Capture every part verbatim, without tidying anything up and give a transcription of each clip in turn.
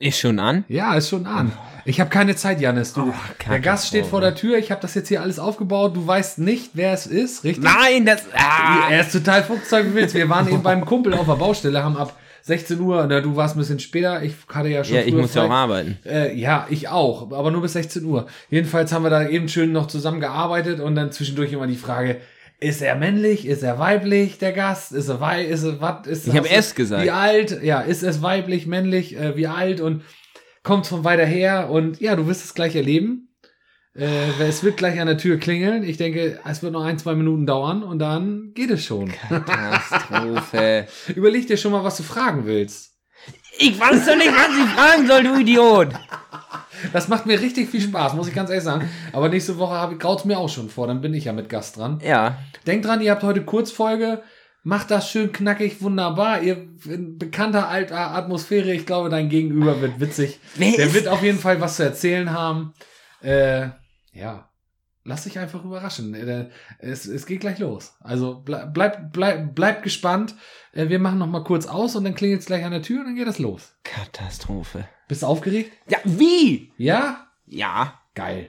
Ist schon an? Ja, ist schon an. Ich habe keine Zeit, Jannis. Du, oh, der Gast steht vor der Tür. Ich habe das jetzt hier alles aufgebaut. Du weißt nicht, wer es ist, richtig? Nein, das... Ah. Er ist total Fuchszeug wie willst. Wir waren eben beim Kumpel auf der Baustelle, haben ab sechzehn Uhr, na, du warst ein bisschen später, ich hatte ja schon Ja, ich muss ja auch arbeiten. Äh, ja, ich auch, aber nur bis sechzehn Uhr. Jedenfalls haben wir da eben schön noch zusammen gearbeitet und dann zwischendurch immer die Frage, ist er männlich, ist er weiblich, der Gast, ist er weiblich, ist er, was, ist Ich habe es gesagt. Wie alt, ja, ist es weiblich, männlich, äh, wie alt und kommt von weiter her und ja, du wirst es gleich erleben. Äh, es wird gleich an der Tür klingeln. Ich denke, es wird noch ein, zwei Minuten dauern und dann geht es schon. Katastrophe. Überleg dir schon mal, was du fragen willst. Ich weiß doch nicht, was ich fragen soll, du Idiot. Das macht mir richtig viel Spaß, muss ich ganz ehrlich sagen. Aber nächste Woche graut mir auch schon vor, dann bin ich ja mit Gast dran. Ja. Denkt dran, ihr habt heute Kurzfolge. Macht das schön knackig, wunderbar. Ihr in bekannter alter Atmosphäre. Ich glaube, dein Gegenüber wird witzig. Wer Der ist wird auf jeden Fall was zu erzählen haben. Äh, ja, lass dich einfach überraschen. Es, es geht gleich los. Also bleib, bleib, bleib, bleib gespannt. Wir machen noch mal kurz aus und dann klingelt es gleich an der Tür und dann geht es los. Katastrophe. Bist du aufgeregt? Ja, wie? Ja? Ja. Geil.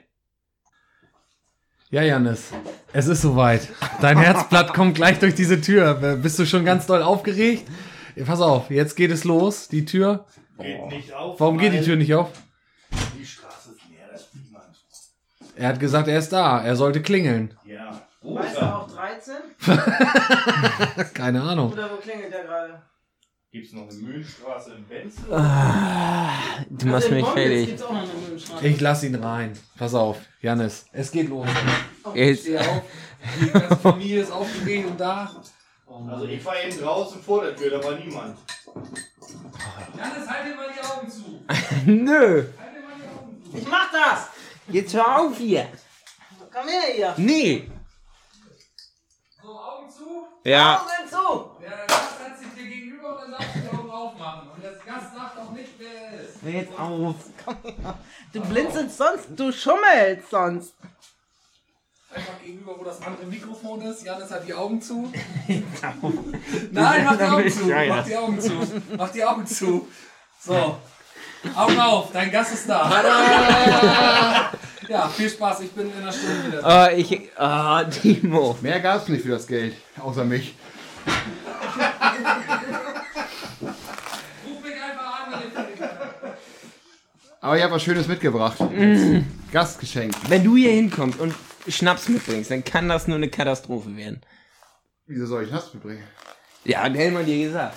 Ja, Jannis, es ist soweit. Dein Herzblatt kommt gleich durch diese Tür. Bist du schon ganz doll aufgeregt? Pass auf, jetzt geht es los. Die Tür. Geht nicht auf. Warum geht die Tür nicht auf? Die Straße ist leer, da ist niemand. Er hat gesagt, er ist da. Er sollte klingeln. Ja. Weißt du auch dreizehn? Keine Ahnung. Oder wo klingelt der gerade? Gibt es noch eine Mühlenstraße in Benzel? Ah, du machst Also in mich Bonn fertig. gibt's auch noch eine Mühlenstraße. Ich lass ihn rein. Pass auf, Jannis. Es geht los. Jetzt- Steh auf. Die ganze Familie ist aufgeregt und da. Also ich war eben draußen vor der Tür, da war niemand. Jannis, halt dir mal die Augen zu. Nö. Halt dir mal die Augen zu. Ich mach das! Jetzt hör auf hier. Komm her hier! Nee. So, Augen zu. Ja. Augen zu! Der Gast hat sich dir gegenüber und dann darfst du die Augen aufmachen. Und der Gast sagt auch nicht, wer er ist. Jetzt auf. Du blinzelst sonst, du schummelst sonst. Einfach gegenüber, wo das andere Mikrofon ist. Jannis hat die Augen zu. Nein, mach die Augen zu. Mach die Augen zu. Mach die Augen zu. So. Augen auf, dein Gast ist da. Ja, viel Spaß. Ich bin in einer Stunde wieder. Ah, ich. Ah, Timo. Mehr gab's nicht für das Geld, außer mich. Ruf mich einfach an, wenn ich fertig bin. Aber ich habe was Schönes mitgebracht. Mm. Gastgeschenk. Wenn du hier hinkommst und Schnaps mitbringst, dann kann das nur eine Katastrophe werden. Wieso soll ich Schnaps mitbringen? Ja, hat Hellmann dir gesagt.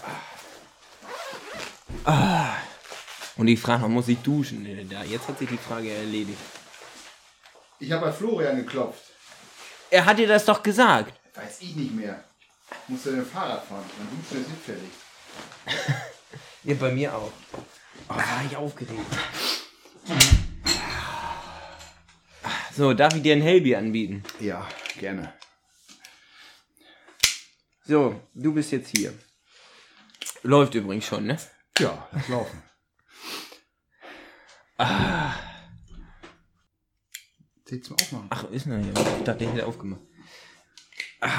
Ah. Und ich frage noch, muss ich duschen? Nee, da. Jetzt hat sich die Frage erledigt. Ich habe bei Florian geklopft. Er hat dir das doch gesagt. Weiß ich nicht mehr. Ich musste mit dem Fahrrad fahren. Dann duschen ist nicht fertig. Ja, bei mir auch. Oh, da war ich aufgeregt. So, darf ich dir ein Hellbier anbieten? Ja, gerne. So, du bist jetzt hier. Läuft übrigens schon, ne? Ja, lass laufen. Ah. Seht zum Aufmachen. Ach, ist noch hier. Ich dachte, der hätte aufgemacht. Ah.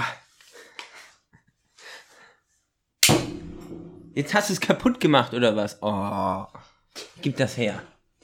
Jetzt hast du es kaputt gemacht, oder was? Oh. Gib das her.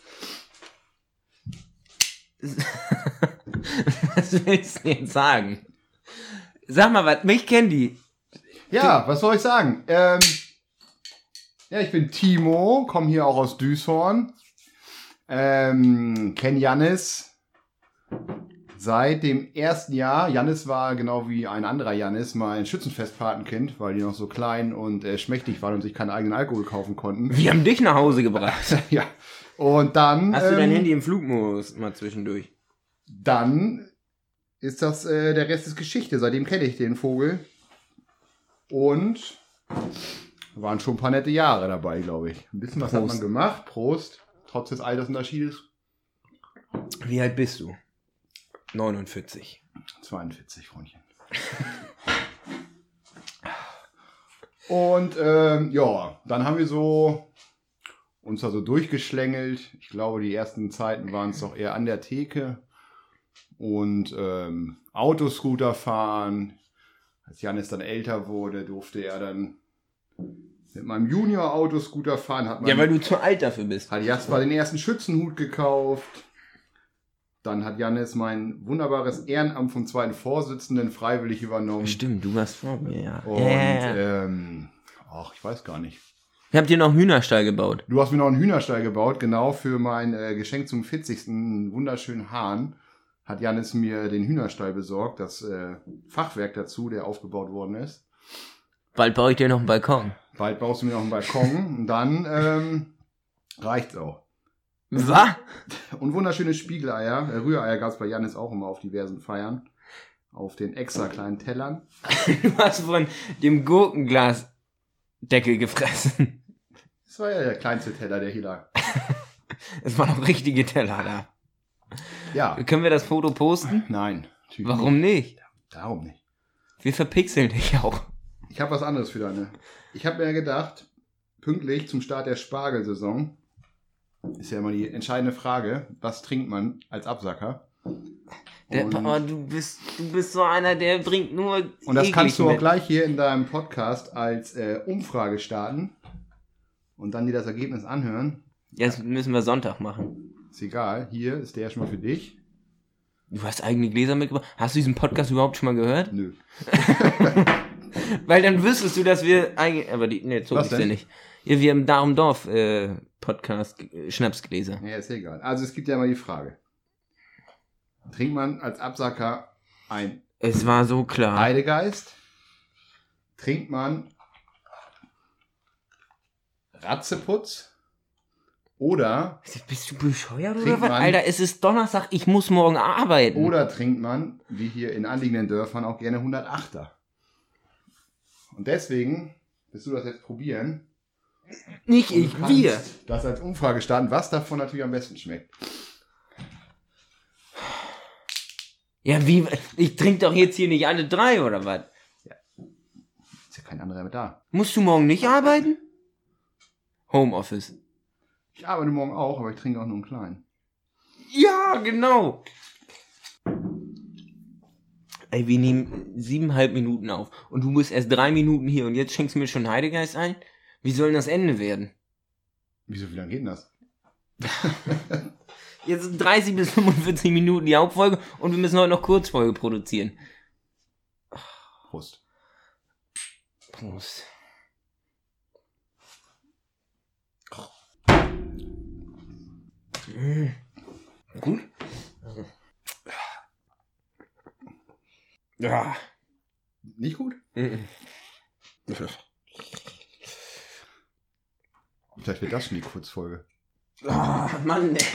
Was willst du jetzt sagen? Sag mal was, mich kennen die. Ja, was soll ich sagen? Ähm, ja, ich bin Timo, komme hier auch aus Düshorn. Ähm, kenn Jannis seit dem ersten Jahr. Jannis war genau wie ein anderer Jannis mein Schützenfestpatenkind, weil die noch so klein und äh, schmächtig waren und sich keinen eigenen Alkohol kaufen konnten. Wir haben dich nach Hause gebracht. Ja. Und dann. Hast du dein ähm, Handy im Flugmodus mal zwischendurch? Dann ist das äh, der Rest ist Geschichte. Seitdem kenne ich den Vogel. Und waren schon ein paar nette Jahre dabei, glaube ich. Ein bisschen was Prost. hat man gemacht. Prost. Trotz des Altersunterschiedes. Wie alt bist du? neunundvierzig. zweiundvierzig, Freundchen. Und ähm, ja, dann haben wir so uns da so durchgeschlängelt. Ich glaube, die ersten Zeiten waren es doch eher an der Theke. Und ähm, Autoscooter fahren. Als Jannis dann älter wurde, durfte er dann mit meinem Junior-Autoscooter fahren. Hat mein, Ja, weil du zu alt dafür bist. Hat Jasper den ersten Schützenhut gekauft. Dann hat Jannis mein wunderbares Ehrenamt vom zweiten Vorsitzenden freiwillig übernommen. Stimmt, du warst vor mir, ja. Und, ja, ja, ja. ähm, ach, ich weiß gar nicht. Habt ihr noch einen Hühnerstall gebaut? Du hast mir noch einen Hühnerstall gebaut, genau für mein äh, Geschenk zum vierzigsten einen wunderschönen Hahn. Hat Jannis mir den Hühnerstall besorgt, das äh, Fachwerk dazu, der aufgebaut worden ist. Bald baue ich dir noch einen Balkon. Bald baust du mir noch einen Balkon und dann ähm, reicht's auch. Was? Und wunderschöne Spiegeleier, äh, Rühreier gab's bei Jannis auch immer auf diversen Feiern. Auf den extra kleinen Tellern. Du hast von dem Gurkenglasdeckel gefressen. Das war ja der kleinste Teller, der hier lag. Es waren noch richtige Teller da. Ja. Können wir das Foto posten? Nein. Warum nicht? Darum nicht. Wir verpixeln dich auch. Ich habe was anderes für deine. Ich habe mir gedacht, pünktlich zum Start der Spargelsaison ist ja immer die entscheidende Frage, was trinkt man als Absacker? Der, oh, du bist du bist so einer, der bringt nur Und das kannst du auch mit. gleich hier in deinem Podcast als äh, Umfrage starten und dann dir das Ergebnis anhören. Das müssen wir Sonntag machen. Ist egal, hier ist der schon mal für dich. Du hast eigene Gläser mitgebracht. Hast du diesen Podcast überhaupt schon mal gehört? Nö. Weil dann wüsstest du, dass wir eigentlich... Aber die... Ne, so ist ja nicht. Ja, wir haben Darum Dorf äh, Podcast äh, Schnapsgläser. Ja, ist egal. Also es gibt ja mal die Frage. Trinkt man als Absacker ein Es war so klar. Heidegeist? Trinkt man Ratzeputz? Oder Bist du bescheuert oder Trinkt was? man- Alter, es ist Donnerstag, ich muss morgen arbeiten. Oder trinkt man, wie hier in anliegenden Dörfern, auch gerne hundertachter. Und deswegen willst du das jetzt probieren. Nicht Und du ich, kannst wir. das als Umfrage starten, was davon natürlich am besten schmeckt. Ja, wie? Ich trinke doch jetzt hier nicht alle drei, oder was? Ist ja kein anderer mehr da. Musst du morgen nicht arbeiten? Homeoffice. Ich arbeite morgen auch, aber ich trinke auch nur einen kleinen. Ja, genau. Ey, wir nehmen siebeneinhalb Minuten auf. Und du bist erst drei Minuten hier und jetzt schenkst du mir schon Heidegeist ein? Wie soll denn das Ende werden? Wieso, wie lange geht denn das? Jetzt sind dreißig bis fünfundvierzig Minuten die Hauptfolge und wir müssen heute noch Kurzfolge produzieren. Prost. Prost. Mmh. Gut? Ja. Nicht gut? Mhm. Vielleicht wird das schon die Kurzfolge. Oh, Mann, ey.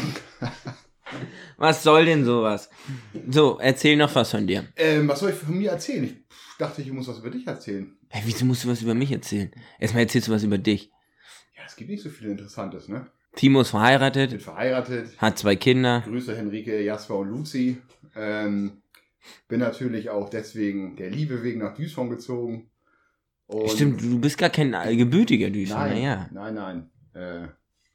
Was soll denn sowas? So, erzähl noch was von dir. Ähm, was soll ich von mir erzählen? Ich dachte, ich muss was über dich erzählen. Hey, wieso musst du was über mich erzählen? Erstmal erzählst du was über dich. Ja, es gibt nicht so viel Interessantes, ne? Timo ist Ich bin verheiratet, verheiratet. hat zwei Kinder. Grüße Henrike, Jasper und Luzi. Ähm, bin natürlich auch deswegen der Liebe wegen nach Duisburg gezogen. Und Stimmt, du bist gar kein gebürtiger Duisburger, Nein, ja. nein, nein. Äh,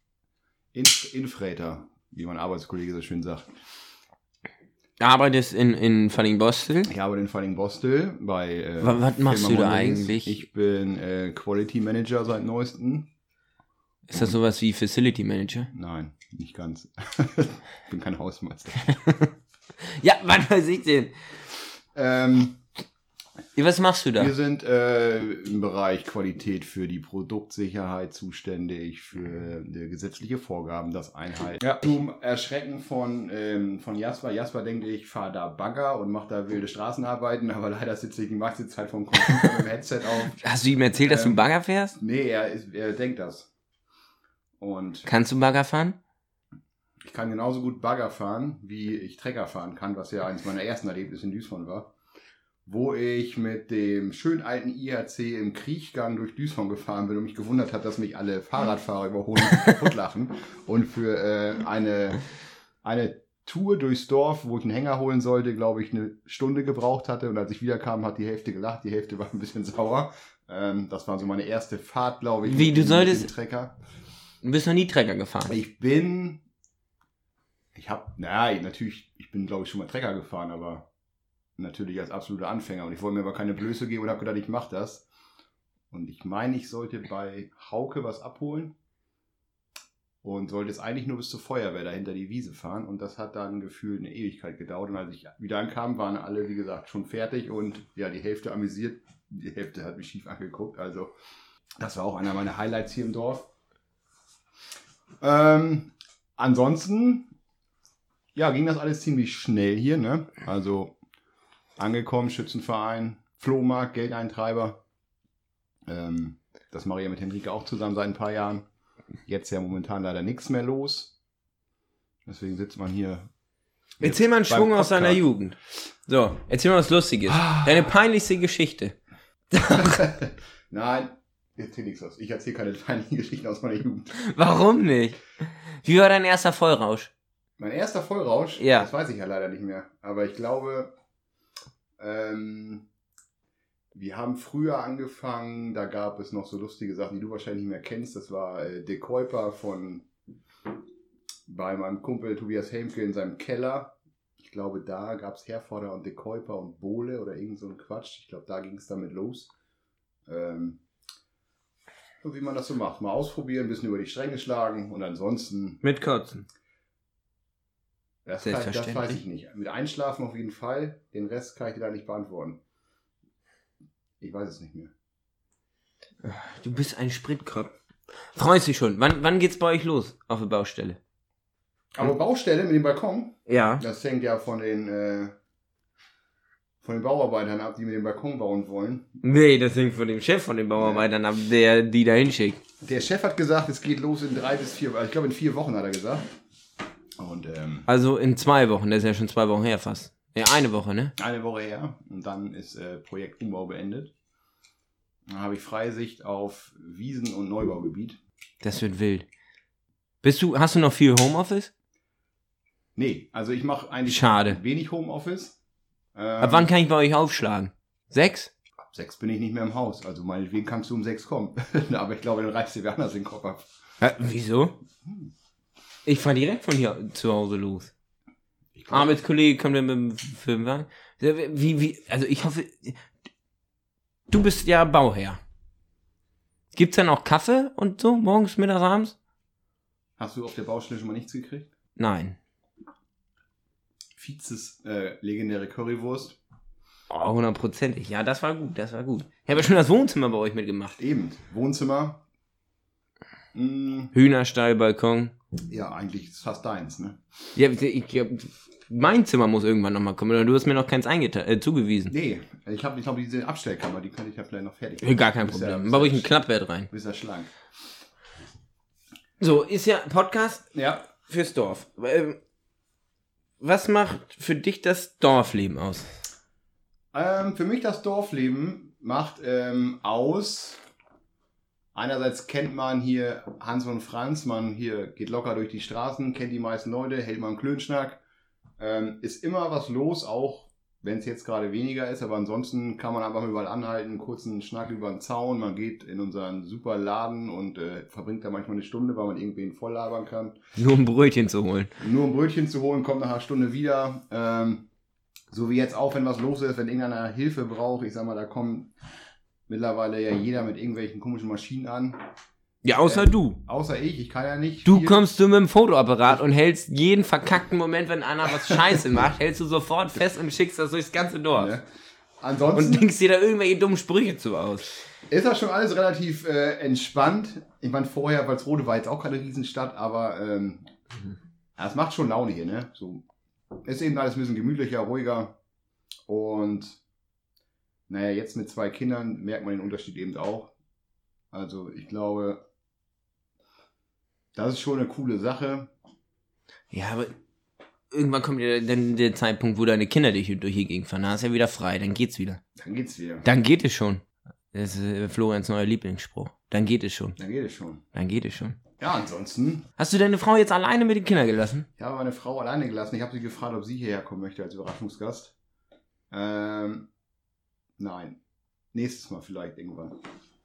Inf Infräter, wie mein Arbeitskollege so schön sagt. Arbeitest in, in Fallingbostel. Ich arbeite in Fallingbostel bei äh, Wa- was machst Firma du da Mondelez. eigentlich? Ich bin äh, Quality Manager seit neuestem. Ist das sowas wie Facility Manager? Nein, nicht ganz. Ich bin kein Hausmeister. Ja, was weiß ich denn? Ähm, Ja, was machst du da? wir sind äh, im Bereich Qualität für die Produktsicherheit zuständig, für äh, gesetzliche Vorgaben, das Einhalten. Ja. Zum Erschrecken von, ähm, von Jasper. Jasper denkt, ich fahre da Bagger und mache da wilde Straßenarbeiten, aber leider sitze ich die meiste Zeit vom Computer mit dem Headset auf. Hast du ihm erzählt, dass du Ähm, Bagger fährst? Nee, er, ist, er denkt das. Und Kannst du Bagger fahren? ich kann genauso gut Bagger fahren, wie ich Trecker fahren kann, was ja eines meiner ersten Erlebnisse in Duisburg war. Wo ich mit dem schönen alten I H C im Kriechgang durch Duisburg gefahren bin und mich gewundert hat, dass mich alle Fahrradfahrer überholen und kaputt lachen. Und für äh, eine, eine Tour durchs Dorf, wo ich einen Hänger holen sollte, glaube ich, eine Stunde gebraucht hatte. Und als ich wiederkam, hat die Hälfte gelacht, die Hälfte war ein bisschen sauer. Ähm, das war so meine erste Fahrt, glaube ich. Wie, mit du dem- solltest- mit dem Trecker. Du bist noch nie Trecker gefahren. Ich bin, ich habe, naja, natürlich, ich bin, glaube ich, schon mal Trecker gefahren, aber natürlich als absoluter Anfänger. Und ich wollte mir aber keine Blöße geben und habe gedacht, ich mache das. Und ich meine, ich sollte bei Hauke was abholen. Und sollte jetzt eigentlich nur bis zur Feuerwehr dahinter die Wiese fahren. Und das hat dann gefühlt eine Ewigkeit gedauert. Und als ich wieder ankam, waren alle, wie gesagt, schon fertig. Und ja, die Hälfte amüsiert. Die Hälfte hat mich schief angeguckt. Also das war auch einer meiner Highlights hier im Dorf. Ähm, ansonsten, ja, ging das alles ziemlich schnell hier, ne? Also angekommen, Schützenverein, Flohmarkt, Geldeintreiber. Ähm, das mache ich ja mit Henrike auch zusammen seit ein paar Jahren. Jetzt ja momentan leider nichts mehr los. Deswegen sitzt man hier. Erzähl mal einen Schwung aus deiner Jugend. So, erzähl mal was Lustiges. Deine peinlichste Geschichte. Nein, erzähl nichts aus. Ich erzähle keine peinlichen Geschichten aus meiner Jugend. Warum nicht? Wie war dein erster Vollrausch? Mein erster Vollrausch? Ja. Das weiß ich ja leider nicht mehr. Aber ich glaube, ähm, wir haben früher angefangen, da gab es noch so lustige Sachen, die du wahrscheinlich nicht mehr kennst. Das war äh, De Kuiper von bei meinem Kumpel Tobias Helmke in seinem Keller. Ich glaube, da gab es Herforder und De Kuiper und Bohle oder irgend so ein Quatsch. Ich glaube, da ging es damit los. Ähm, so wie man das so macht. Mal ausprobieren, ein bisschen über die Stränge schlagen und ansonsten... Mit Kotzen. Das, kann, das weiß ich nicht. Mit Einschlafen auf jeden Fall. Den Rest kann ich dir da nicht beantworten. Ich weiß es nicht mehr. Du bist ein Spritkopf. Freust dich schon. Wann, wann geht's bei euch los auf der Baustelle? Aber Baustelle mit dem Balkon? Ja. Das hängt ja von den, äh, von den Bauarbeitern ab, die mit dem Balkon bauen wollen. Nee, das hängt von dem Chef von den Bauarbeitern ab, der die da hinschickt. Der Chef hat gesagt, es geht los in drei bis vier, also ich glaube in vier Wochen hat er gesagt. Und, ähm, also in zwei Wochen, das ist ja schon zwei Wochen her fast. Ja, eine Woche, ne? Eine Woche her. Und dann ist äh, Projekt Umbau beendet. Dann habe ich Freisicht auf Wiesen- und Neubaugebiet. Das wird wild. Bist du, hast du noch viel Homeoffice? Nee, also ich mache eigentlich Schade. wenig Homeoffice. Ähm, Ab wann kann ich bei euch aufschlagen? Sechs? Ab sechs bin ich nicht mehr im Haus. Also meinetwegen kannst du um sechs kommen. Aber ich glaube, dann reißt dir wer anders den Kopf ab. Äh, wieso? Ich fahre direkt von hier zu Hause los. Arbeitskollege kommt dann mit dem Firmenwagen. Wie, wie, also ich hoffe, du bist ja Bauherr. Gibt's dann auch Kaffee und so, morgens, mittags, abends? Hast du auf der Baustelle schon mal nichts gekriegt? Nein. Vizes äh, legendäre Currywurst. Oh, hundertprozentig. Ja, das war gut, das war gut. Ich habe ja schon das Wohnzimmer bei euch mitgemacht. Eben, Wohnzimmer. Mm. Hühnerstall, Balkon. Ja, eigentlich ist es fast deins, ne? Ja, ich, ich, mein Zimmer muss irgendwann nochmal kommen, oder du hast mir noch keins eingeta- äh, zugewiesen. Nee, ich habe ich glaub, diese Abstellkammer, die könnte ich ja vielleicht noch fertig machen. Gar kein Problem. Dann baue ich ein Klappbett rein. Ist ja schlank. So, ist ja Podcast ja. fürs Dorf. Was macht für dich das Dorfleben aus? Ähm, für mich das Dorfleben macht ähm, aus... Einerseits kennt man hier Hans und Franz, man hier geht locker durch die Straßen, kennt die meisten Leute, hält mal einen Klönschnack. Ähm, ist immer was los, auch wenn es jetzt gerade weniger ist, aber ansonsten kann man einfach überall anhalten, einen kurzen Schnack über den Zaun, man geht in unseren super Laden und äh, verbringt da manchmal eine Stunde, weil man irgendwen voll labern kann. Nur um Brötchen zu holen. Nur um Brötchen zu holen, kommt nach einer Stunde wieder. Ähm, so wie jetzt auch, wenn was los ist, wenn irgendeiner Hilfe braucht, ich sag mal, da kommen... Mittlerweile ja jeder mit irgendwelchen komischen Maschinen an. Ja, außer äh, du. Außer ich, ich kann ja nicht. Du viel. kommst du mit dem Fotoapparat und hältst jeden verkackten Moment, wenn einer was Scheiße macht, hältst du sofort fest und schickst das durchs ganze Dorf. Ja. Ansonsten. Und denkst dir da irgendwelche dummen Sprüche zu aus. Ist das schon alles relativ äh, entspannt. Ich meine, vorher, Walsrode war jetzt auch keine Riesenstadt, aber ähm, mhm. ja, es macht schon Laune hier, ne? So, ist eben alles ein bisschen gemütlicher, ruhiger und naja, jetzt mit zwei Kindern merkt man den Unterschied eben auch. Also ich glaube, das ist schon eine coole Sache. Ja, aber irgendwann kommt ja dann der Zeitpunkt, wo deine Kinder dich durch die Gegend fahren. Da ist ja wieder frei, dann geht's wieder. Dann geht's wieder. Dann geht es schon. Das ist äh, Florians neuer Lieblingsspruch. Dann geht es schon. Dann geht es schon. Dann geht es schon. Ja, ansonsten. Hast du deine Frau jetzt alleine mit den Kindern gelassen? Ich habe meine Frau alleine gelassen. Ich habe sie gefragt, ob sie hierher kommen möchte als Überraschungsgast. Ähm... Nein. Nächstes Mal vielleicht irgendwann.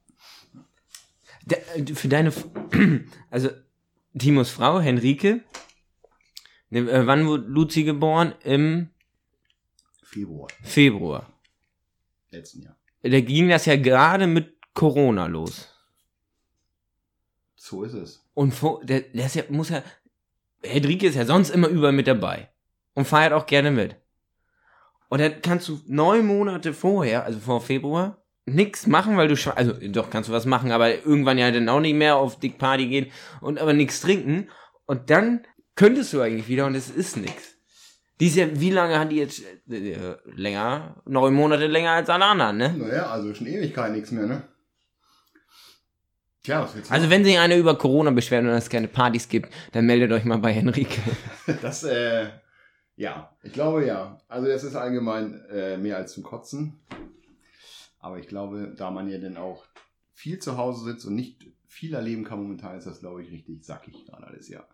De, für deine... Also, Timos Frau, Henrike. Ne, wann wurde Luzi geboren? Im... Februar. Februar. Letzten Jahr. Da ging das ja gerade mit Corona los. So ist es. Und vor, der, der ist ja, muss ja, Henrike ist ja sonst immer überall mit dabei. Und feiert auch gerne mit. Und dann kannst du neun Monate vorher, also vor Februar, nix machen, weil du schwa- also doch kannst du was machen, aber irgendwann ja dann auch nicht mehr auf Dick Party gehen und aber nichts trinken. Und dann könntest du eigentlich wieder und es ist nix. Die ist ja, wie lange hat die jetzt äh, länger? Neun Monate länger als alle anderen, ne? Naja, also schon Ewigkeit nichts mehr, ne? Tja, was willst du Also wenn sich einer über Corona beschwert und es keine Partys gibt, dann meldet euch mal bei Henrike. Das, äh, ja, ich glaube ja. Also das ist allgemein äh, mehr als zum Kotzen. Aber ich glaube, da man ja dann auch viel zu Hause sitzt und nicht viel erleben kann momentan, ist das, glaube ich, richtig sackig gerade alles, ja.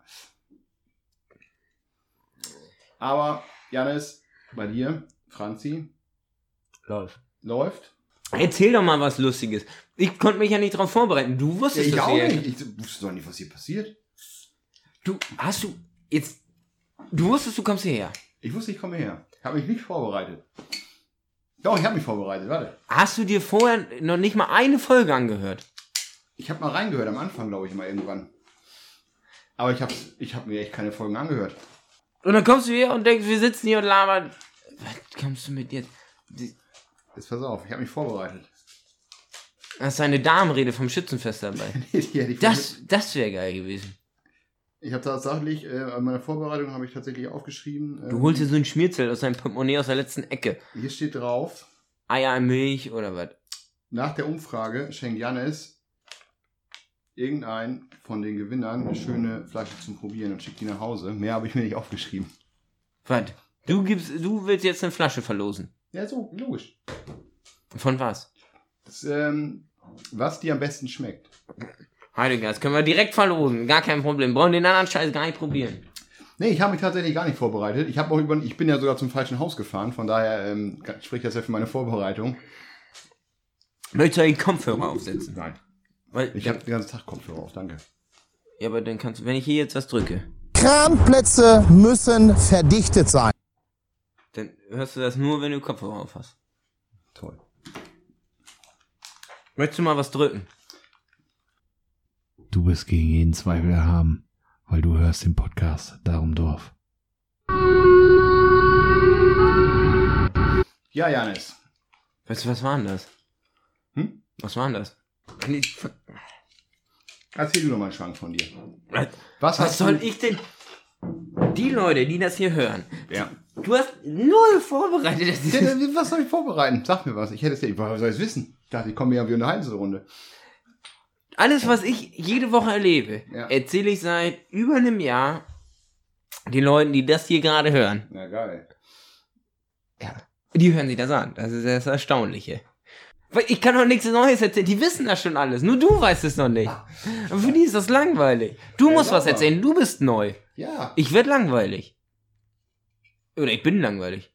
Aber, Janis, bei dir, Franzi, Läuft. läuft. Erzähl doch mal was Lustiges. Ich konnte mich ja nicht drauf vorbereiten. Du Ja, wusstest ich das auch ja. nicht. Ich wusste doch nicht, was hier passiert. Du, hast du, jetzt, du wusstest, du kommst hierher. Ich wusste, ich komme her. Ich habe mich nicht vorbereitet. Doch, ich habe mich vorbereitet, warte. Hast du dir vorher noch nicht mal eine Folge angehört? Ich habe mal reingehört, am Anfang, glaube ich, mal irgendwann. Aber ich habe ich hab mir echt keine Folgen angehört. Und dann kommst du hier und denkst, wir sitzen hier und labern. Was kommst du mit jetzt? Jetzt pass auf, ich habe mich vorbereitet. Hast du eine Damenrede vom Schützenfest dabei? Die hätte ich Das, das wäre geil gewesen. Ich habe tatsächlich, äh, an meiner Vorbereitung habe ich tatsächlich aufgeschrieben. Ähm, Du holst dir so ein Schmierzelt aus deinem Portemonnaie aus der letzten Ecke. Hier steht drauf, Eier, Milch oder was? nach der Umfrage schenkt Jannis irgendein von den Gewinnern eine schöne Flasche zum Probieren und schickt die nach Hause. Mehr habe ich mir nicht aufgeschrieben. Was? Du gibst, du willst jetzt eine Flasche verlosen. Ja, so, logisch. Von was? Das, ähm, was dir am besten schmeckt. Heiliger, das können wir direkt verlosen. Gar kein Problem. Brauchen den anderen Scheiß gar nicht probieren. Nee, ich habe mich tatsächlich gar nicht vorbereitet. Ich habe auch über, ich bin ja sogar zum falschen Haus gefahren, von daher ähm, spricht das ja für meine Vorbereitung. Möchtest du die Kopfhörer aufsetzen? Nein. Weil, Ich habe den ganzen Tag Kopfhörer auf, danke. ja, aber dann kannst du, wenn ich hier jetzt was drücke, Kranplätze müssen verdichtet sein. dann hörst du das nur, wenn du Kopfhörer auf hast. Toll. Möchtest du mal was drücken? Du bist gegen jeden Zweifel erhaben, weil du hörst den Podcast Darum Dorf. Ja, Janis. Weißt du, was war denn das? Hm? Was war denn das? Erzähl du noch mal einen Schwank von dir. Was, Was, was hast soll du? ich denn? Die Leute, die das hier hören, Ja. du hast null vorbereitet. Das ist, Ja, was soll ich vorbereiten? Sag mir was. Ich hätte es ja, was soll ich wissen? Ich dachte, ich komme ja wie eine Runde. alles, was ich jede Woche erlebe, Ja. erzähle ich seit über einem Jahr den Leuten, die das hier gerade hören. Na geil. Ja. Die hören sich das an. Das ist das Erstaunliche. Weil ich kann doch nichts Neues erzählen. Die wissen das schon alles. Nur du weißt es noch nicht. Und für die ist das langweilig. Du Ja, musst was sauber. erzählen. Du bist neu. Ja. Ich werd langweilig. Oder ich bin langweilig.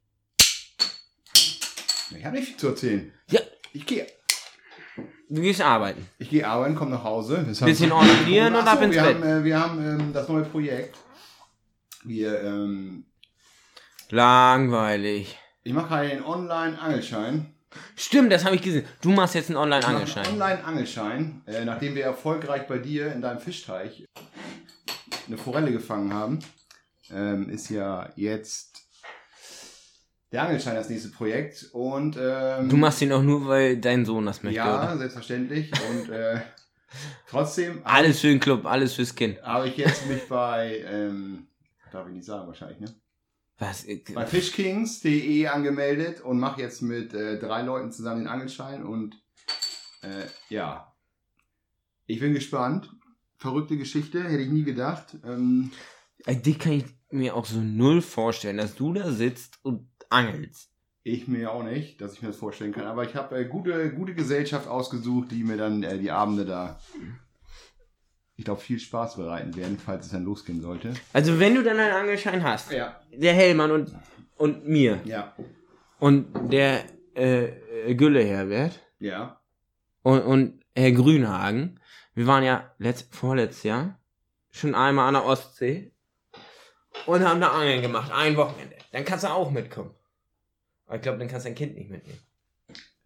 Ich habe nicht viel zu erzählen. Ja, Ich gehe du gehst arbeiten. ich geh arbeiten, komme nach Hause. Das Bisschen haben- ordinieren und Ach ab so, ins wir Bett. Haben, äh, wir haben ähm, das neue Projekt. Wir, ähm, Langweilig. ich mache einen Online-Angelschein. Stimmt, das habe ich gesehen. Du machst jetzt einen Ich mache Online-Angelschein. einen Online-Angelschein, äh, nachdem wir erfolgreich bei dir in deinem Fischteich eine Forelle gefangen haben, ähm, ist ja jetzt der Angelschein das nächste Projekt. Und ähm, Du machst ihn auch nur, weil dein Sohn das möchte, ja, oder? selbstverständlich. Und äh, trotzdem Alles für den Club, alles fürs Kind. habe ich jetzt mich bei, ähm, darf ich nicht sagen wahrscheinlich, ne? Was? Bei fishkings punkt de angemeldet und mache jetzt mit äh, drei Leuten zusammen den Angelschein und äh, ja, ich bin gespannt. Verrückte Geschichte, hätte ich nie gedacht. Ähm, Ey, dich kann ich mir auch so null vorstellen, dass du da sitzt und angelst. ich mir auch nicht, dass ich mir das vorstellen kann, aber ich habe äh, gute, gute Gesellschaft ausgesucht, die mir dann äh, die Abende da, ich glaube, viel Spaß bereiten werden, falls es dann losgehen sollte. Also wenn du dann einen Angelschein hast, Ja. der Hellmann und, und mir Ja. und der äh, Gülle Herbert Ja. und, und Herr Grünhagen, wir waren ja letzt, vorletztes Jahr schon einmal an der Ostsee und haben da Angeln gemacht, ein Wochenende. Dann kannst du auch mitkommen. Aber ich glaube, dann kannst du dein Kind nicht mitnehmen.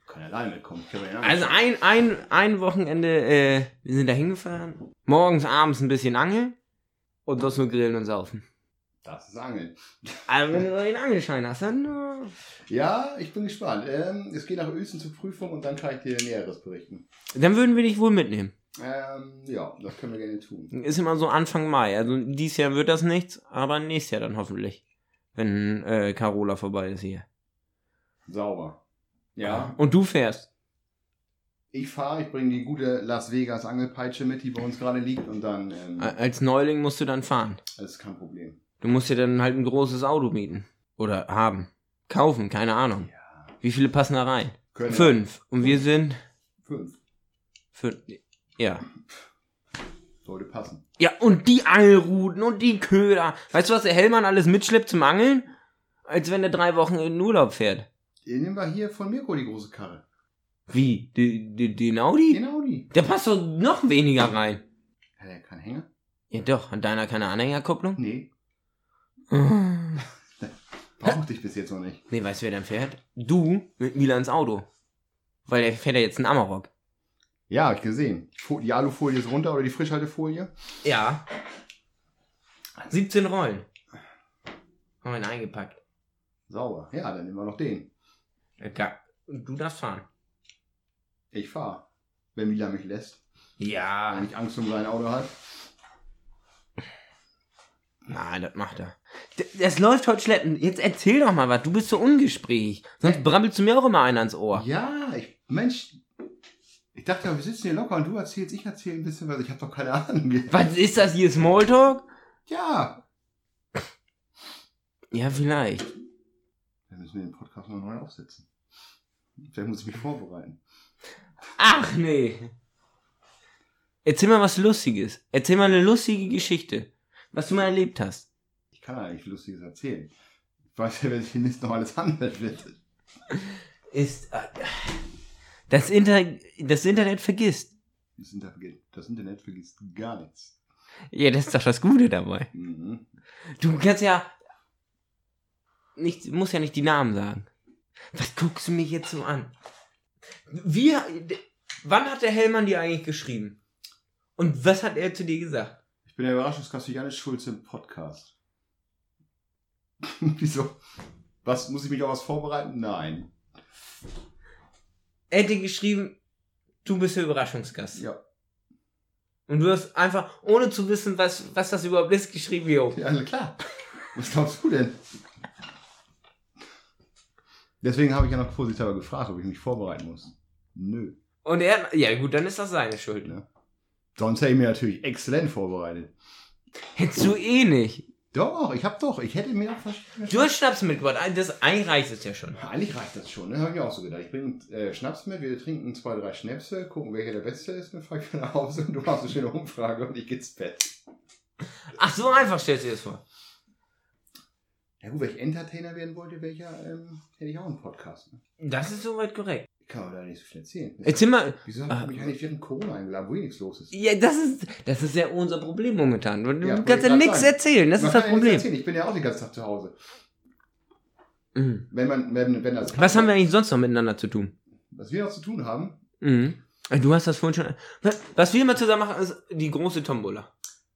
Kann alleine mitkommen. Ich kann mir ja Also ein, ein, ein Wochenende, äh, wir sind da hingefahren. Morgens, abends ein bisschen angeln. Und sonst nur grillen und saufen. Das ist Angeln. Also wenn du so einen Angelschein hast, dann... Uh... Ja, ich bin gespannt. Ähm, es geht nach Uelzen zur Prüfung und dann kann ich dir Näheres berichten. Dann würden wir dich wohl mitnehmen. Ähm, ja, das können wir gerne tun. Ist immer so Anfang Mai. Also dieses Jahr wird das nichts, aber nächstes Jahr dann hoffentlich. Wenn äh, Carola vorbei ist hier. Sauber. Ja. Und du fährst? Ich fahre, ich bringe die gute Las Vegas Angelpeitsche mit, die bei uns gerade liegt und dann... Ähm, Als Neuling musst du dann fahren. Das ist kein Problem. Du musst dir dann halt ein großes Auto mieten. Oder haben. Kaufen, keine Ahnung. Ja. Wie viele passen da rein? Können Fünf. Und wir sind... Fünf. Fünf. Ja. Sollte passen. Ja, und die Angelruten und die Köder. Weißt du, was der Hellmann alles mitschleppt zum Angeln? Als wenn er drei Wochen in den Urlaub fährt. Ihr nehmt mal hier von Mirko die große Karre. Wie? Den, den, den Audi? Den Audi. Der passt doch noch weniger rein. Hat er keinen Hänger? Ja doch, hat deiner keine Anhängerkupplung? Nee. Nee, Brauchte ich bis jetzt noch nicht. weißt du, wer dann fährt? Du mit Milans Auto. Weil der fährt ja jetzt einen Amarok. Ja, hab ich gesehen. Die Alufolie ist runter oder die Frischhaltefolie. Ja. siebzehn Rollen. Haben wir ihn eingepackt. Sauber. Ja, dann nehmen wir noch den. Ja, und du darfst fahren. Ich fahre. Wenn Mila mich lässt. Ja. Wenn ich Angst um sein Auto hat. Nein, das macht er. D- Das läuft heute schleppend. Jetzt erzähl doch mal was. Du bist so ungesprächig. Sonst brabbelst du mir auch immer einen ans Ohr. Ja, ich, Mensch. Ich dachte, wir sitzen hier locker und du erzählst, ich erzähle ein bisschen was. Ich habe doch keine Ahnung. Was ist das hier, Smalltalk? Ja. Ja, vielleicht. Dann müssen wir den Podcast noch neu aufsetzen. Vielleicht muss ich mich vorbereiten. Ach nee. Erzähl mal was Lustiges. Erzähl mal eine lustige Geschichte. Was du mal erlebt hast. Ich kann ja nicht Lustiges erzählen. Ich weiß ja, wer sich demnächst noch alles anhört wird. Ist. Äh, das, Inter- das Internet vergisst. Das Internet, das Internet vergisst gar nichts. Ja, das ist doch das Gute dabei. Mhm. Du kannst ja. Nicht, musst ja nicht die Namen sagen. Was guckst du mich jetzt so an? Wie. d- Wann hat der Hellmann dir eigentlich geschrieben? Und was hat er zu dir gesagt? Ich bin der Überraschungsgast für Janis Schulze im Podcast. Wieso? Was, muss ich mich auf was vorbereiten? Nein. Er hat dir geschrieben, du bist der Überraschungsgast. Ja. Und du hast einfach, ohne zu wissen, was, was das überhaupt ist, geschrieben, jo. Ja, na klar. Was glaubst du denn? Deswegen habe ich ja noch vorsichtshalber gefragt, ob ich mich vorbereiten muss. Nö. Und er, ja gut, dann ist das seine Schuld. Ja. Sonst hätte ich mir natürlich exzellent vorbereitet. Hättest du eh nicht. Doch, ich hab doch. Ich hätte mir auch verstanden. Du hast Schnaps mitgebracht, das eigentlich reicht es ja schon. Eigentlich reicht das schon, ne? Habe ich mir auch so gedacht. Ich bringe äh, Schnaps mit, wir trinken zwei, drei Schnäpse, gucken, welcher der beste ist, dann fahre ich wieder nach Hause und du machst eine schöne Umfrage und ich gehe ins Bett. Ach, so einfach stellst du dir das vor. Ja gut, wenn ich Entertainer werden wollte, wäre ich ja, ähm, hätte ich auch einen Podcast. Ne? Das ist soweit korrekt. Ich kann aber da nicht so viel erzählen. Erzähl mal. Wieso hat Ah. mich eigentlich während Corona eingeladen, wo eh nichts los ist? Ja, das ist, das ist ja unser Problem momentan. Du Ja, kannst wollte ja ich nichts grad sagen. erzählen, das Man ist das kann ja nichts Problem. erzählen. Ich bin ja auch den ganzen Tag zu Hause. Mhm. Wenn man, wenn, wenn das. Was haben wir eigentlich sonst noch miteinander zu tun? Was wir noch zu tun haben, Mhm. Du hast das vorhin schon. Was- Was wir immer zusammen machen, ist die große Tombola.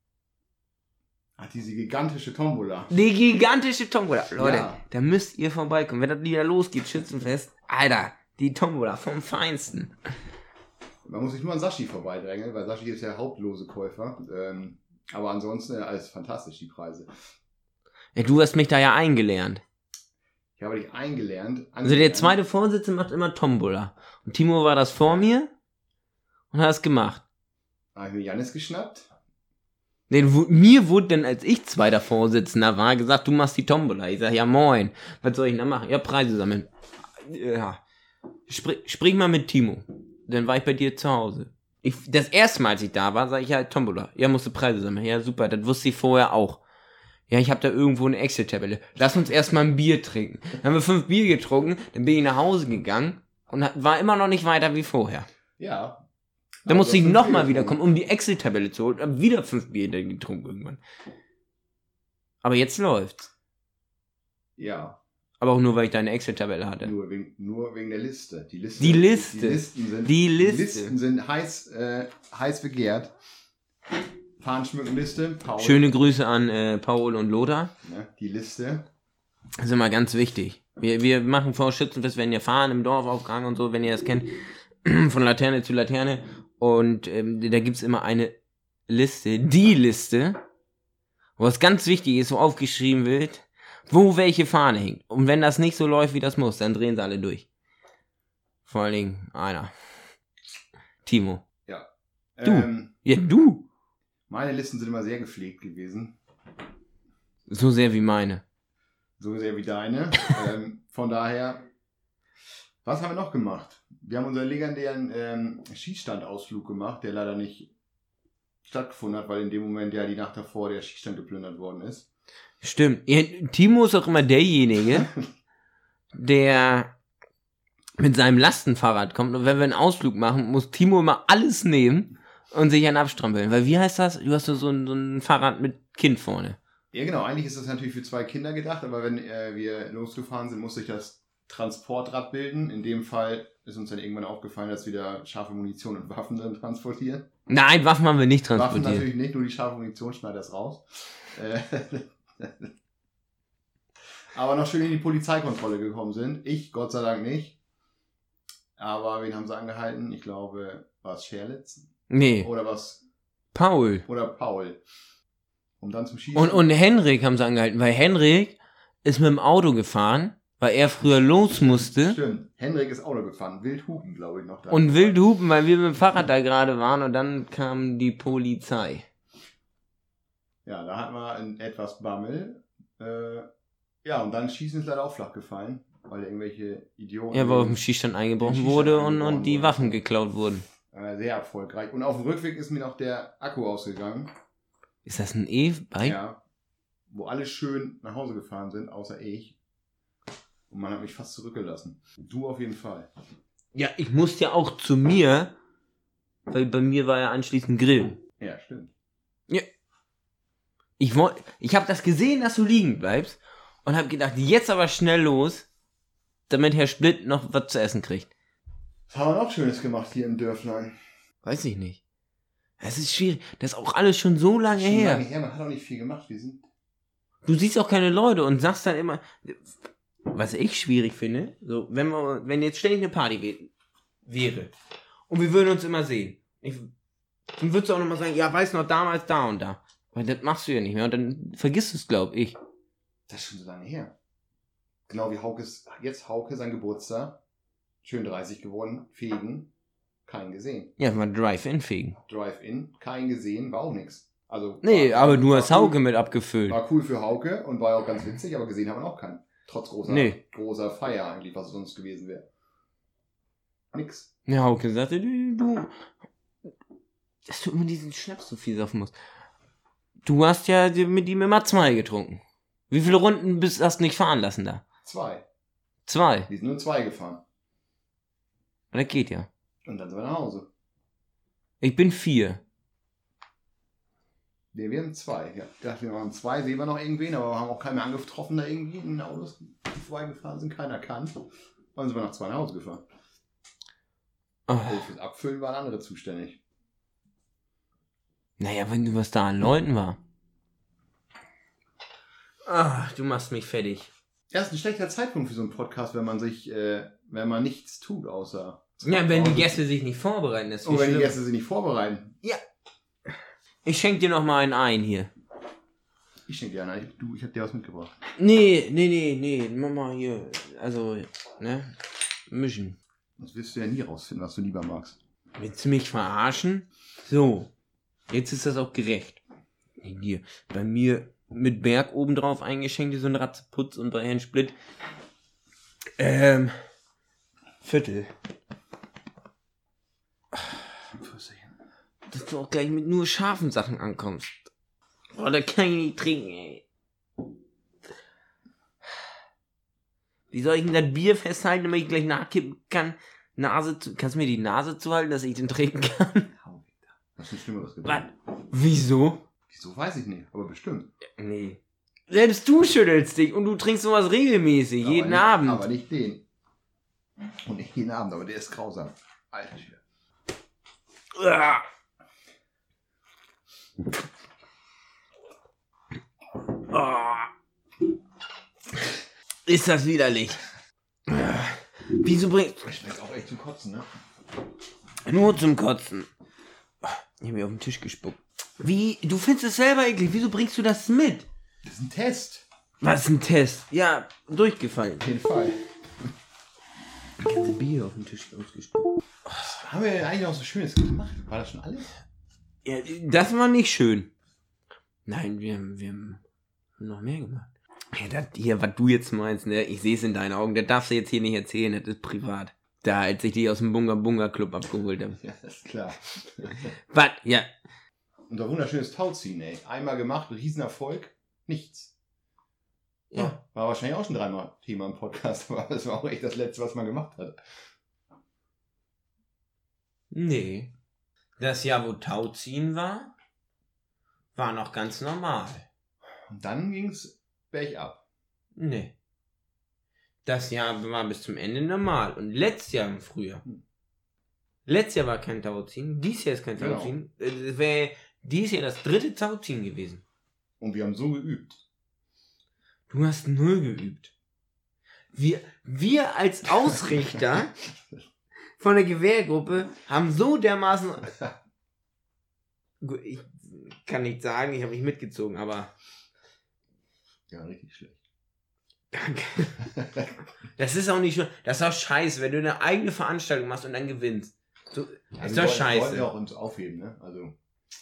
hat diese gigantische Tombola. Die gigantische Tombola. Leute, Ja. da müsst ihr vorbeikommen. Wenn das wieder losgeht, Schützenfest. Alter, die Tombola vom Feinsten. Man muss sich nur an Sashi vorbeidrängeln, weil Sashi ist ja hauptlose Käufer. Ähm, aber ansonsten äh, alles fantastisch, die Preise. Ja, du hast mich da ja eingelernt. Ich habe dich eingelernt. Also der zweite Vorsitzende macht immer Tombola. Und Timo war das vor mir und hat es gemacht. Habe ich mir Janis geschnappt. Nee, wo- mir wurde dann, als ich zweiter Vorsitzender war, gesagt, du machst die Tombola. Ich sag, ja moin, was soll ich denn da machen? Ja, Preise sammeln. Ja. Sprich, sprich mal mit Timo. Dann war ich bei dir zu Hause. Ich, das erste Mal, als ich da war, sag ich, ja, Tombola. Ja, musste Preise sammeln. Ja, super, das wusste ich vorher auch. Ja, ich habe da irgendwo eine Excel-Tabelle. Lass uns erstmal ein Bier trinken. Dann haben wir fünf Bier getrunken, dann bin ich nach Hause gegangen und hat- war immer noch nicht weiter wie vorher. Ja. Dann musste ich Aber nochmal fünf wieder Bier kommen, um die Excel-Tabelle zu holen. Hab wieder fünf Bier dann getrunken irgendwann. Aber jetzt läuft's. Ja. Aber auch nur, weil ich da eine Excel-Tabelle hatte. Nur wegen, nur wegen der Liste. Die Liste. Die Liste. Die, die Listen sind, Die Liste. Die Listen sind heiß, äh, heiß begehrt. Fahnenschmückenliste. Paul. Schöne Grüße an äh, Paul und Lothar. Ja, die Liste. Das ist immer ganz wichtig. Wir, wir machen vor Schützenfest, wenn ihr fahren im Dorf aufgegangen und so, wenn ihr das kennt, von Laterne zu Laterne. Und ähm, da gibt's immer eine Liste, die Liste, wo es ganz wichtig ist, wo aufgeschrieben wird, wo welche Fahne hängt. Und wenn das nicht so läuft, wie das muss, dann drehen sie alle durch. Vor allen Dingen einer. Timo. Ja. Du. Ähm, Ja, du. meine Listen sind immer sehr gepflegt gewesen. So sehr wie meine. So sehr wie deine. ähm, von daher, was haben wir noch gemacht? Wir haben unseren legendären ähm, Schießstandausflug gemacht, der leider nicht stattgefunden hat, weil in dem Moment ja die Nacht davor der Schießstand geplündert worden ist. Stimmt. Ja, Timo ist auch immer derjenige, der mit seinem Lastenfahrrad kommt. Und wenn wir einen Ausflug machen, muss Timo immer alles nehmen und sich einen abstrampeln. Weil wie heißt das? Du hast so ein, so ein Fahrrad mit Kind vorne. Ja genau, eigentlich ist das natürlich für zwei Kinder gedacht, aber wenn äh, wir losgefahren sind, musste ich das Transportrad bilden. In dem Fall ist uns dann irgendwann aufgefallen, dass wir da scharfe Munition und Waffen dann transportieren. Nein, Waffen haben wir nicht Waffen transportiert. natürlich nicht, nur die scharfe Munition schneidet das raus. Äh, aber noch schön in die Polizeikontrolle gekommen sind. Ich, Gott sei Dank nicht. Aber wen haben sie angehalten? Ich glaube, war es Scherlitz? Nee, Oder was? Paul. Oder Paul. Um dann zum Schießen. Und, und Henrik haben sie angehalten, weil Henrik ist mit dem Auto gefahren, weil er früher los musste. Stimmt. Henrik ist Auto gefahren. Wild hupen, glaube ich, noch. Da. Und wild hupen, weil wir mit dem Fahrrad da gerade waren und dann kam die Polizei. Ja, da hatten wir ein etwas Bammel. Äh, ja, und dann Schießen ist leider auch flach gefallen, weil irgendwelche Idioten... Ja, weil auf dem Schießstand eingebrochen Schießstand wurde und, eingebrochen und die wurde. Waffen geklaut wurden. Äh, sehr erfolgreich. Und auf dem Rückweg ist mir noch der Akku ausgegangen. Ist das ein E-Bike? Ja. Wo alle schön nach Hause gefahren sind, außer ich. Und man hat mich fast zurückgelassen. Du auf jeden Fall. Ja, ich musste ja auch zu mir, weil bei mir war ja anschließend Grillen. Ja, stimmt. Ich wollte, ich habe das gesehen, dass du liegen bleibst und habe gedacht, jetzt aber schnell los, damit Herr Splitt noch was zu essen kriegt. Was haben wir noch Schönes gemacht hier im Dörflein? Weiß ich nicht. Es ist schwierig. Das ist auch alles schon so lange Schon her. lange her, man hat auch nicht viel gemacht. Wir sind... Du siehst auch keine Leute und sagst dann immer, was ich schwierig finde, so, wenn wir, wenn jetzt ständig eine Party wär, wäre und wir würden uns immer sehen, ich, dann würdest du auch nochmal sagen, ja, weiß noch damals da und da. Weil das machst du ja nicht mehr und dann vergisst du es, glaub ich. Das ist schon so lange her. Genau wie Haukes, jetzt Hauke, sein Geburtstag. Schön dreißig geworden. Fegen. Keinen gesehen. Ja, mal Drive-In fegen. Drive-In. Keinen gesehen. War auch nix. Also. Nee, war, aber du war hast cool, Hauke mit abgefüllt. War cool für Hauke und war auch ganz witzig, aber gesehen haben wir auch keinen. Trotz großer, Nee. großer Feier eigentlich, was es sonst gewesen wäre. Nix. Ja, Hauke sagte, du, du, dass du immer diesen Schnaps so viel saufen musst. Du hast ja mit ihm immer zwei getrunken. Wie viele Runden bist, hast du nicht fahren lassen da? Zwei. Zwei. Wir sind nur zwei gefahren. Das geht ja. Und dann sind wir nach Hause. Ich bin vier. Nee, wir haben zwei. Ja. Ich dachte, wir waren zwei, sehen wir noch irgendwen, aber wir haben auch keinen mehr angetroffen da irgendwie in den Autos, die vorbeigefahren sind. Keiner kann. Dann sind wir nach zwei nach Hause gefahren. Oh. Und fürs Abfüllen waren andere zuständig. Naja, wenn du was da an Leuten war. Ach, du machst mich fertig. Ja, ist ein schlechter Zeitpunkt für so einen Podcast, wenn man sich, äh, wenn man nichts tut, außer... Ja, wenn die Gäste sich nicht vorbereiten, ist Und viel wenn die schlimmer. Gäste sich nicht vorbereiten. Ich schenk dir noch mal einen ein hier. Ich schenke dir einen. Ich, du, ich hab dir was mitgebracht. Nee, nee, nee, nee, mach mal hier. Also, ne? Mischen. Das wirst du ja nie rausfinden, was du lieber magst. Willst du mich verarschen? So. Jetzt ist das auch gerecht. Nee, dir. Bei mir mit Berg obendrauf eingeschenkt, so ein Ratzeputz und bei Herrn Splitt. Ähm. Viertel. Dass du auch gleich mit nur scharfen Sachen ankommst. Oh, da kann ich nicht trinken, ey. Wie soll ich denn das Bier festhalten, damit ich gleich nachkippen kann? Nase zu, kannst du mir die Nase zuhalten, dass ich den trinken kann? Das ist ein Schlimmeres Was? getan. Wieso? Wieso weiß ich nicht, aber bestimmt. Nee. Selbst du schüttelst dich und du trinkst sowas regelmäßig, Aber jeden nicht, Abend. Aber nicht den. Und nicht jeden Abend, aber der ist grausam. Alter Schwede. Uah. Oh. Ist das widerlich. Wieso bringt... Das schmeckt auch echt zum Kotzen, ne? Nur zum Kotzen. Ich hab mir auf den Tisch gespuckt. Wie? Du findest es selber eklig. Wieso bringst du das mit? Das ist ein Test. Was ist ein Test? Ja, durchgefallen. Auf jeden Fall. Ich ganze Bier auf den Tisch ausgespuckt. Was haben wir denn eigentlich noch so Schönes gemacht? War das schon alles? Ja, das war nicht schön. Nein, wir, wir haben noch mehr gemacht. Ja, das hier, was du jetzt meinst, ne? Ich sehe es in deinen Augen. Das darfst du jetzt hier nicht erzählen. Das ist privat. Da, als ich dich aus dem Bunga Bunga Club abgeholt habe. Ja, das ist klar. Was? Ja. Unser wunderschönes Tauziehen, ey. Einmal gemacht, Riesenerfolg. Nichts. Ja. War wahrscheinlich auch schon dreimal Thema im Podcast, aber das war auch echt das Letzte, was man gemacht hat. Nee. Das Jahr, wo Tauziehen war, war noch ganz normal. Und dann ging's bergab. Nee. Das Jahr war bis zum Ende normal. Und letztes Jahr im Frühjahr. Letztes Jahr war kein Tauziehen. Dieses Jahr ist kein Genau. Tauziehen. Es wäre dieses Jahr das dritte Tauziehen gewesen. Und wir haben so geübt. Du hast null geübt. Wir, wir als Ausrichter von der Gewehrgruppe haben so dermaßen... Gut, ich kann nicht sagen, ich habe mich mitgezogen, aber... Ja, richtig schlecht. Danke. Das ist auch nicht schön. Das ist auch scheiße, wenn du eine eigene Veranstaltung machst und dann gewinnst. So, Ja, ist wir doch wollten- scheiße. wollten ja auch uns aufheben, ne? Also,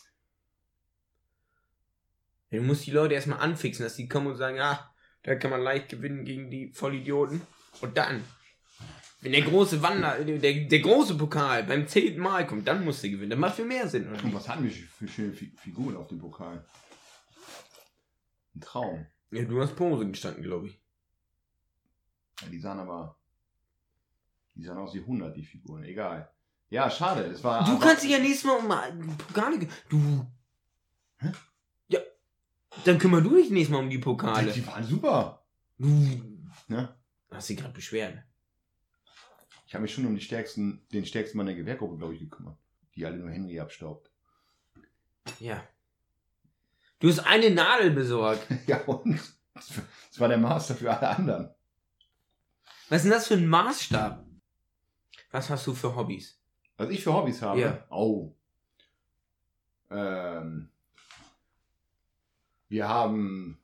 Du musst die Leute erstmal anfixen, dass die kommen und sagen, ja, da kann man leicht gewinnen gegen die Vollidioten. Und dann, wenn der große Wander, der, der große Pokal beim zehnten Mal kommt, dann musst du gewinnen. Das macht viel mehr Sinn, oder und nicht? was hatten wir für schöne Fi- Figuren auf dem Pokal? Ein Traum. Ja, du hast Pose gestanden, glaube ich. Ja, die sahen aber... Die sahen aus wie hundert, die Figuren. Egal. Ja, schade. Es war... Du aber- kannst dich ja nächstes Mal um Pokale... ge- Du... Hä? Ja, dann kümmer du dich nächstes Mal um die Pokale. Die waren super. Du Ne? hast dich gerade beschwert. Ich habe mich schon um die stärksten, den stärksten Mann der Gewehrgruppe, glaube ich, gekümmert. Die alle nur Henry abstaubt. Ja. Du hast eine Nadel besorgt. Ja, und? Das war der Master für alle anderen. Was ist denn das für ein Maßstab? Was hast du für Hobbys? Was ich für Hobbys habe? Ja. Oh. Ähm, wir haben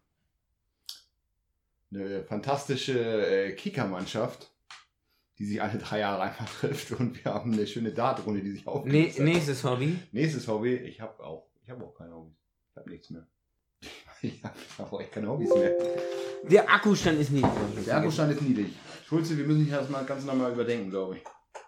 eine fantastische äh, Kickermannschaft, die sich alle drei Jahre einmal trifft, und wir haben eine schöne Dartrunde, die sich Ne aufgelöst hat. nächstes Hobby. Nächstes Hobby, ich habe auch, ich habe auch keine Hobbys. Ich habe nichts mehr. Ich habe hab auch echt keine Hobbys mehr. Der Akkustand ist niedrig. Der Akkustand ist niedrig. Schulze, wir müssen dich das mal ganz normal überdenken, glaube ich.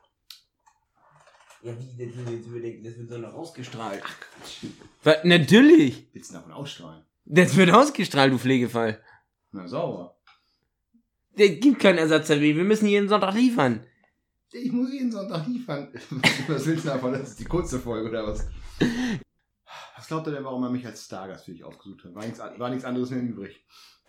Ja, wie, das wird jetzt überdenken, das wird so noch ausgestrahlt. Ach, Was? Natürlich! Willst du davon ausstrahlen? Das wird ausgestrahlt, du Pflegefall. Na, sauber. Es gibt keinen Ersatztermin, wir müssen jeden Sonntag liefern. Ich muss jeden Sonntag liefern. Was willst du davon? Das ist die kurze Folge, oder was? Was glaubt ihr denn, warum er mich als Stargast für dich ausgesucht hat? War nichts, war nichts anderes mehr übrig.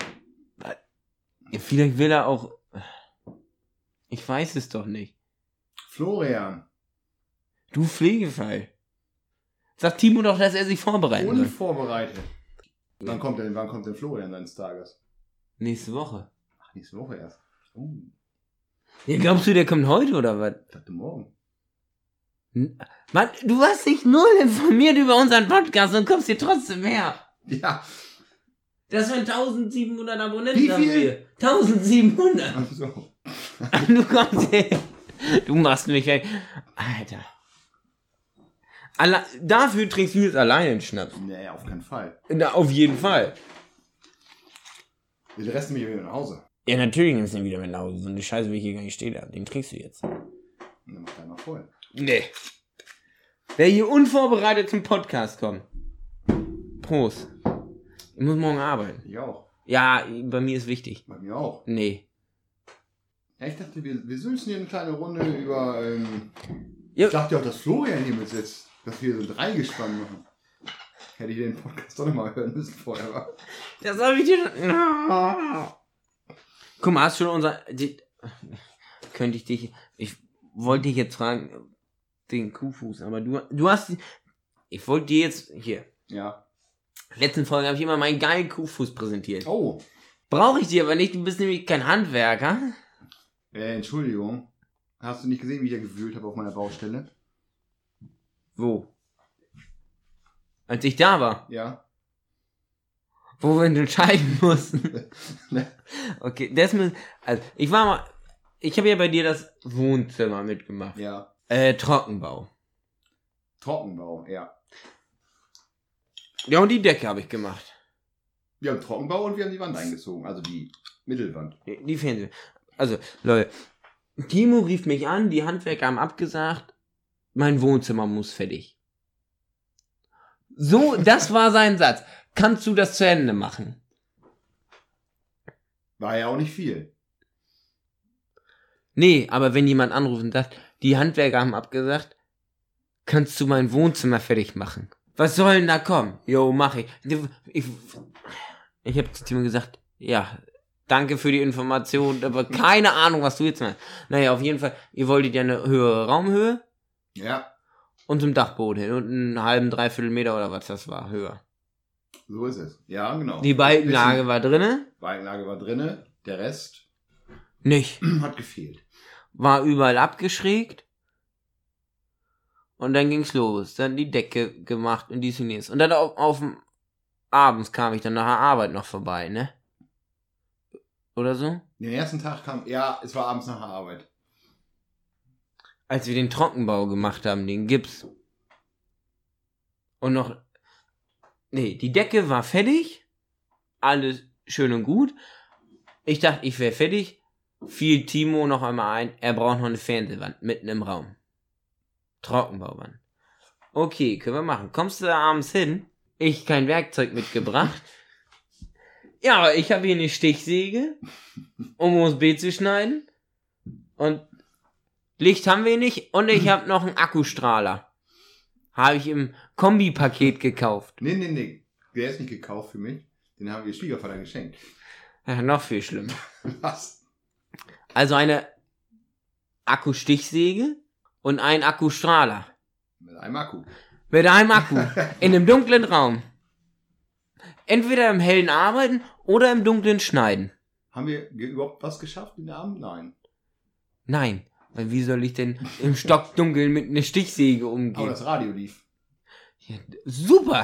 Ja, vielleicht will er auch... Ich weiß es doch nicht. Florian. Du Pflegefall. Sagt Timo doch, dass er sich vorbereiten soll. Unvorbereitet. Wann kommt denn, wann kommt denn Florian dann Stargast? Nächste Woche. Ach, nächste Woche erst. Uh, Ja, glaubst du, der kommt heute oder was? ich dachte morgen. Mann, du hast dich null informiert über unseren Podcast und kommst hier trotzdem her. Ja. Das sind eintausendsiebenhundert Abonnenten. Wie haben viel? wir. eintausendsiebenhundert. Ach so. Du kommst her. Du machst mich weg. Alter. Alle, dafür trinkst du jetzt alleine einen Schnaps. Nee, auf keinen Fall. Na, auf jeden Fall. Den Rest nehme ich wieder nach Hause. Ja, natürlich nimmst du ihn wieder mit nach Hause. So eine Scheiße, wie ich hier gar nicht stehen habe. Den trinkst du jetzt. Und dann mach deinen mal voll. Nee. Wer hier unvorbereitet zum Podcast kommt. Prost. Ich muss morgen arbeiten. Ich auch. Ja, bei mir ist wichtig. Bei mir auch. Nee. Ja, ich dachte, wir, wir sülzen hier eine kleine Runde über... Ähm, Ja. Ich dachte ja auch, dass Florian hier mit sitzt. Dass wir so ein Dreigespann machen. Hätte ich den Podcast doch noch mal hören müssen vorher. Wa? Das habe ich dir schon... Guck mal, hast du schon unser... Die, könnte ich dich... Ich wollte dich jetzt fragen, den Kuhfuß, aber du, du hast... Ich wollte dir jetzt... Hier. Ja. Letzten Folge habe ich immer meinen geilen Kuhfuß präsentiert. Oh. Brauche ich dir aber nicht, du bist nämlich kein Handwerker. Äh, Entschuldigung. Hast du nicht gesehen, wie ich da gewühlt habe auf meiner Baustelle? Wo? Als ich da war. Ja. Wo wir entscheiden mussten. Okay, das ist, also ich war mal, ich habe ja bei dir das Wohnzimmer mitgemacht. Ja. Äh, Trockenbau. Trockenbau, ja. Ja, und die Decke habe ich gemacht. Wir haben Trockenbau und wir haben die Wand eingezogen, also die Mittelwand. Die, die Fernseh. Also, Leute, Timo rief mich an, die Handwerker haben abgesagt, mein Wohnzimmer muss fertig. So, das war sein Satz. Kannst du das zu Ende machen? War ja auch nicht viel. Nee, aber wenn jemand anruft und sagt, die Handwerker haben abgesagt, kannst du mein Wohnzimmer fertig machen? Was soll denn da kommen? Jo, mach ich. Ich, ich habe zu Timo gesagt, ja, danke für die Information, aber keine Ahnung, was du jetzt meinst. Naja, auf jeden Fall, ihr wolltet ja eine höhere Raumhöhe. Ja. Und zum Dachboden hin und einen halben, dreiviertel Meter oder was das war, höher. So ist es. Ja, genau. Die Balkenlage war drinne. Balkenlage war drinne, der Rest Nicht. hat gefehlt. War überall abgeschrägt. Und dann ging's los. Dann die Decke gemacht und dies und jenes. Und dann auf, auf dem abends kam ich dann nach der Arbeit noch vorbei, ne? Oder so? Den ersten Tag kam, ja, es war abends nach der Arbeit. Als wir den Trockenbau gemacht haben, den Gips. Und noch, nee, die Decke war fertig. Alles schön und gut. Ich dachte, ich wäre fertig. Fiel Timo noch einmal ein, er braucht noch eine Fernsehwand mitten im Raum. Trockenbauwand. Okay, können wir machen. Kommst du da abends hin? Ich kein Werkzeug mitgebracht. Ja, ich habe hier eine Stichsäge, um U S B zu schneiden. Und Licht haben wir nicht. Und ich habe noch einen Akkustrahler. Habe ich im Kombipaket gekauft. Nee, nee, nee. Der ist nicht gekauft für mich. Den haben wir Schwiegervater geschenkt. Ja, noch viel schlimmer. Was? Also eine Akkustichsäge und ein Akkustrahler. Mit einem Akku. Mit einem Akku. In einem dunklen Raum. Entweder im hellen Arbeiten oder im dunklen Schneiden. Haben wir überhaupt was geschafft in der Abend? Nein. Nein. Weil wie soll ich denn im Stockdunkeln mit einer Stichsäge umgehen? Aber das Radio lief. Ja, super.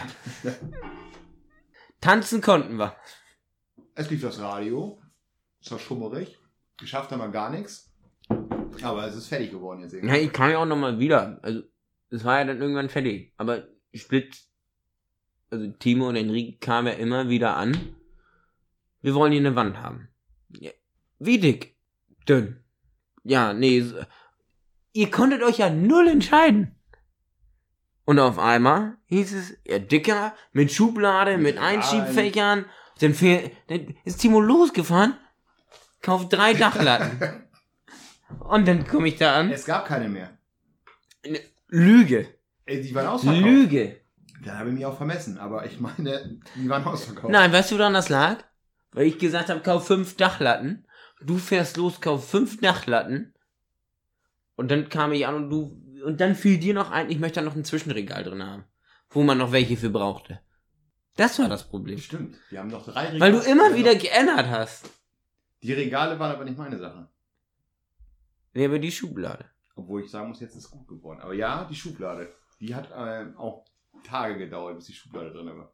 Tanzen konnten wir. Es lief das Radio. Es war schummerig. Geschafft haben wir gar nichts. Aber es ist fertig geworden jetzt irgendwie. Ja, ich kann ja auch nochmal wieder. Also, es war ja dann irgendwann fertig. Aber Split, also Timo und Enrique kamen ja immer wieder an. Wir wollen hier eine Wand haben. Ja. Wie dick? Dünn. Ja, nee. So. Ihr konntet euch ja null entscheiden. Und auf einmal hieß es, ja, dicker, mit Schublade, mit Einschiebfächern. Dann, fehl, dann ist Timo losgefahren, kauft drei Dachlatten. Und dann komme ich da an. Es gab keine mehr. Lüge. Ey, die waren ausverkauft. Lüge. Da habe ich mich auch vermessen, aber ich meine, die waren ausverkauft. Nein, weißt du, woran das lag? Weil ich gesagt habe, kauf fünf Dachlatten. Du fährst los, kauf fünf Dachlatten. Und dann kam ich an und du, und dann fiel dir noch ein, ich möchte da noch ein Zwischenregal drin haben. Wo man noch welche für brauchte. Das war das Problem. Stimmt, wir haben noch drei Regale. Weil du immer wieder geändert hast. Die Regale waren aber nicht meine Sache. Nee, aber die Schublade. Obwohl ich sagen muss, jetzt ist es gut geworden. Aber ja, die Schublade. Die hat äh, auch Tage gedauert, bis die Schublade drin war.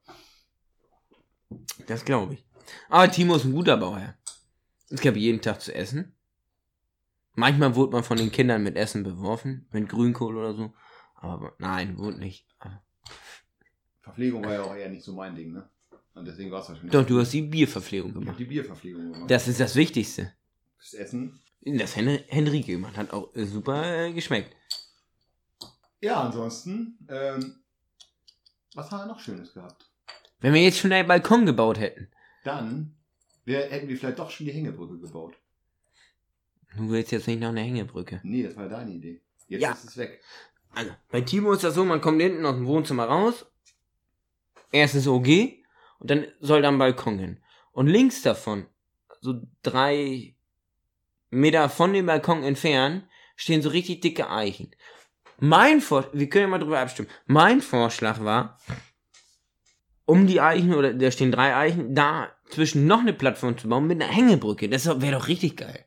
Das glaube ich. Aber Timo ist ein guter Bauherr. Es gab jeden Tag zu essen. Manchmal wurde man von den Kindern mit Essen beworfen. Mit Grünkohl oder so. Aber nein, wurde nicht. Verpflegung war ja auch eher nicht so mein Ding, ne? Und deswegen war es wahrscheinlich. Doch, du hast die Bierverpflegung Ich hab gemacht. die Bierverpflegung gemacht. Das ist das Wichtigste. Das Essen. Das Hen Henrike gemacht. Hat auch äh, super äh, geschmeckt. Ja, ansonsten, ähm, was haben wir noch Schönes gehabt? Wenn wir jetzt schon einen Balkon gebaut hätten. Dann wär, hätten wir vielleicht doch schon die Hängebrücke gebaut. Du willst jetzt nicht noch eine Hängebrücke. Nee, das war deine Idee. Jetzt Ja. ist es weg. Also, bei Timo ist das so, man kommt hinten aus dem Wohnzimmer raus. erstes O G und dann soll da ein Balkon hin. Und links davon, so drei Meter von dem Balkon entfernt, stehen so richtig dicke Eichen. Mein Vorschlag, wir können ja mal drüber abstimmen, mein Vorschlag war, um die Eichen, oder da stehen drei Eichen, da zwischen noch eine Plattform zu bauen mit einer Hängebrücke. Das wäre doch richtig geil.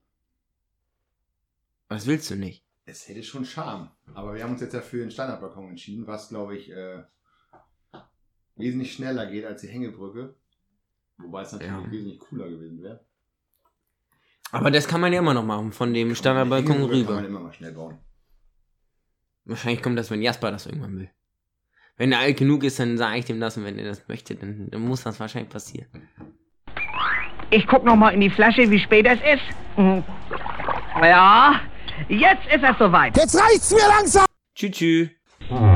Was willst du nicht? Es hätte schon Charme. Aber wir haben uns jetzt ja für den Standardbalkon entschieden, was, glaube ich, äh, wesentlich schneller geht als die Hängebrücke. Wobei es natürlich ja. wesentlich cooler gewesen wäre. Aber das kann man ja immer noch machen, von dem Standardbalkon rüber. Kann man immer mal schnell bauen. Wahrscheinlich kommt das, wenn Jasper das irgendwann will. Wenn er alt genug ist, dann sage ich dem das, und wenn er das möchte, dann, dann muss das wahrscheinlich passieren. Ich guck noch mal in die Flasche, wie spät es ist. Hm. Ja, jetzt ist es soweit. Jetzt reicht's mir langsam. Tschüss. Tschüss.